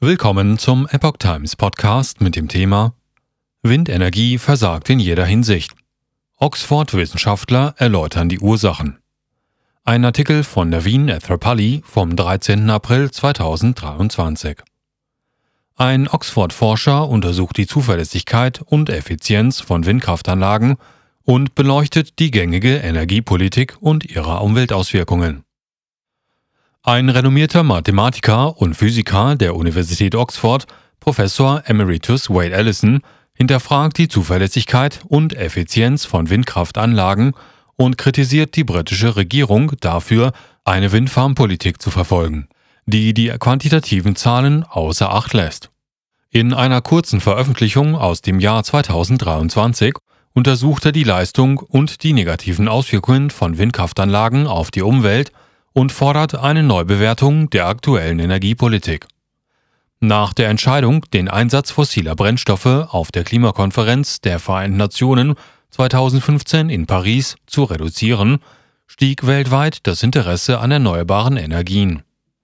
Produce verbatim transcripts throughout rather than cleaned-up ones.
Willkommen zum Epoch Times Podcast mit dem Thema Windenergie versagt in jeder Hinsicht. Oxford-Wissenschaftler erläutern die Ursachen. Ein Artikel von Naveen Athapalli vom dreizehnten April zweitausenddreiundzwanzig. Ein Oxford-Forscher untersucht die Zuverlässigkeit und Effizienz von Windkraftanlagen und beleuchtet die gängige Energiepolitik und ihre Umweltauswirkungen. Ein renommierter Mathematiker und Physiker der Universität Oxford, Professor Emeritus Wade Allison, hinterfragt die Zuverlässigkeit und Effizienz von Windkraftanlagen und kritisiert die britische Regierung dafür, eine Windfarm-Politik zu verfolgen, die die quantitativen Zahlen außer Acht lässt. In einer kurzen Veröffentlichung aus dem Jahr zweitausenddreiundzwanzig untersucht er die Leistung und die negativen Auswirkungen von Windkraftanlagen auf die Umwelt und fordert eine Neubewertung der aktuellen Energiepolitik. Nach der Entscheidung, den Einsatz fossiler Brennstoffe auf der Klimakonferenz der Vereinten Nationen zweitausendfünfzehn in Paris zu reduzieren, stieg weltweit das Interesse an erneuerbaren Energien.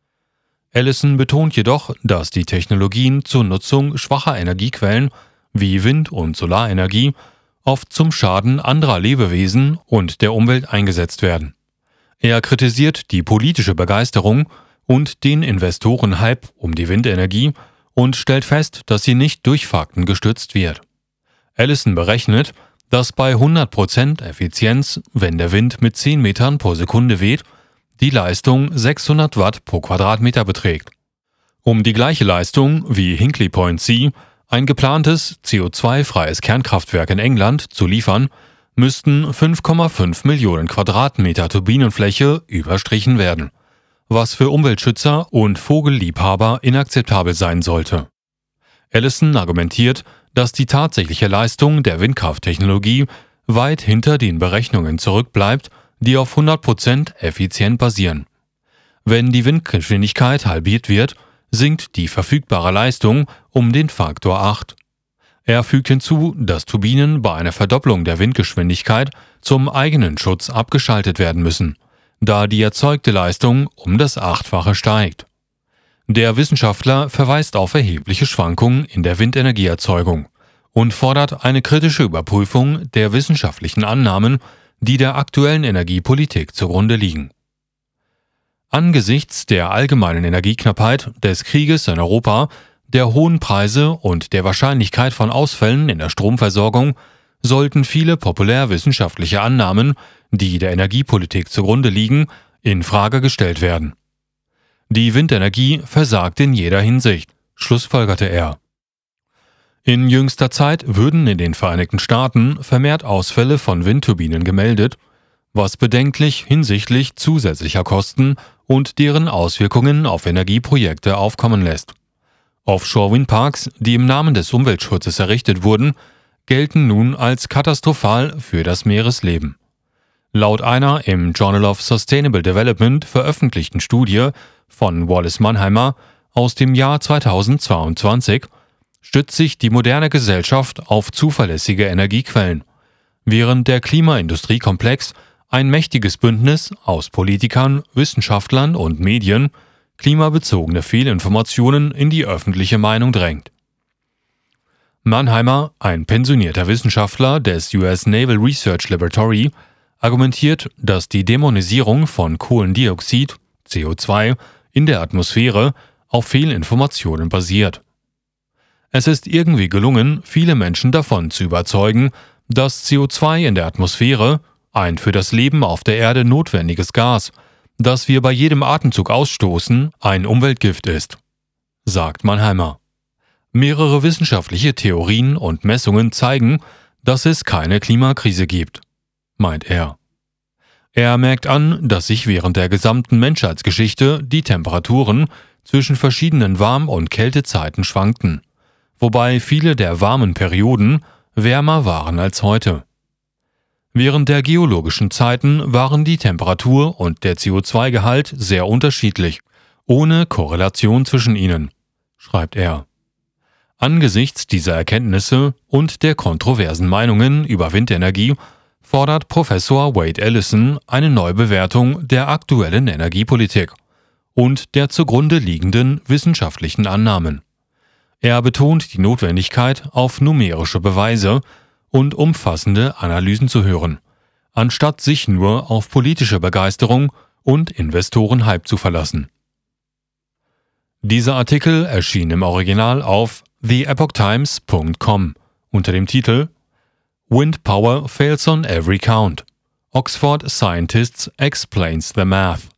Allison betont jedoch, dass die Technologien zur Nutzung schwacher Energiequellen wie Wind- und Solarenergie oft zum Schaden anderer Lebewesen und der Umwelt eingesetzt werden. Er kritisiert die politische Begeisterung und den Investorenhype um die Windenergie und stellt fest, dass sie nicht durch Fakten gestützt wird. Allison berechnet, dass bei hundert Prozent Effizienz, wenn der Wind mit zehn Metern pro Sekunde weht, die Leistung sechshundert Watt pro Quadratmeter beträgt. Um die gleiche Leistung wie Hinkley Point C, ein geplantes C O zwei freies Kernkraftwerk in England, zu liefern, müssten fünf Komma fünf Millionen Quadratmeter Turbinenfläche überstrichen werden, was für Umweltschützer und Vogelliebhaber inakzeptabel sein sollte. Allison argumentiert, dass die tatsächliche Leistung der Windkrafttechnologie weit hinter den Berechnungen zurückbleibt, die auf hundert Prozent effizient basieren. Wenn die Windgeschwindigkeit halbiert wird, sinkt die verfügbare Leistung um den Faktor acht. Er fügt hinzu, dass Turbinen bei einer Verdopplung der Windgeschwindigkeit zum eigenen Schutz abgeschaltet werden müssen, da die erzeugte Leistung um das Achtfache steigt. Der Wissenschaftler verweist auf erhebliche Schwankungen in der Windenergieerzeugung und fordert eine kritische Überprüfung der wissenschaftlichen Annahmen, die der aktuellen Energiepolitik zugrunde liegen. Angesichts der allgemeinen Energieknappheit, des Krieges in Europa, der hohen Preise und der Wahrscheinlichkeit von Ausfällen in der Stromversorgung sollten viele populärwissenschaftliche Annahmen, die der Energiepolitik zugrunde liegen, in Frage gestellt werden. Die Windenergie versagt in jeder Hinsicht, schlussfolgerte er. In jüngster Zeit würden in den Vereinigten Staaten vermehrt Ausfälle von Windturbinen gemeldet, was bedenklich hinsichtlich zusätzlicher Kosten und deren Auswirkungen auf Energieprojekte aufkommen lässt. Offshore-Windparks, die im Namen des Umweltschutzes errichtet wurden, gelten nun als katastrophal für das Meeresleben. Laut einer im Journal of Sustainable Development veröffentlichten Studie von Wallace Mannheimer aus dem Jahr zweitausendzweiundzwanzig stützt sich die moderne Gesellschaft auf zuverlässige Energiequellen, während der Klimaindustriekomplex ein mächtiges Bündnis aus Politikern, Wissenschaftlern und Medien klimabezogene Fehlinformationen in die öffentliche Meinung drängt. Mannheimer, ein pensionierter Wissenschaftler des U S Naval Research Laboratory, argumentiert, dass die Dämonisierung von Kohlendioxid, C O zwei, in der Atmosphäre auf Fehlinformationen basiert. Es ist irgendwie gelungen, viele Menschen davon zu überzeugen, dass C O zwei in der Atmosphäre, ein für das Leben auf der Erde notwendiges Gas, das wir bei jedem Atemzug ausstoßen, ein Umweltgift ist, sagt Mannheimer. Mehrere wissenschaftliche Theorien und Messungen zeigen, dass es keine Klimakrise gibt, meint er. Er merkt an, dass sich während der gesamten Menschheitsgeschichte die Temperaturen zwischen verschiedenen Warm- und Kältezeiten schwankten, wobei viele der warmen Perioden wärmer waren als heute. Während der geologischen Zeiten waren die Temperatur und der C O zwei Gehalt sehr unterschiedlich, ohne Korrelation zwischen ihnen, schreibt er. Angesichts dieser Erkenntnisse und der kontroversen Meinungen über Windenergie fordert Professor Wade Allison eine Neubewertung der aktuellen Energiepolitik und der zugrunde liegenden wissenschaftlichen Annahmen. Er betont die Notwendigkeit, auf numerische Beweise und umfassende Analysen zu hören, anstatt sich nur auf politische Begeisterung und Investorenhype zu verlassen. Dieser Artikel erschien im Original auf the epoch times punkt com unter dem Titel Wind Power Fails on Every Count. Oxford Scientists Explains the Math.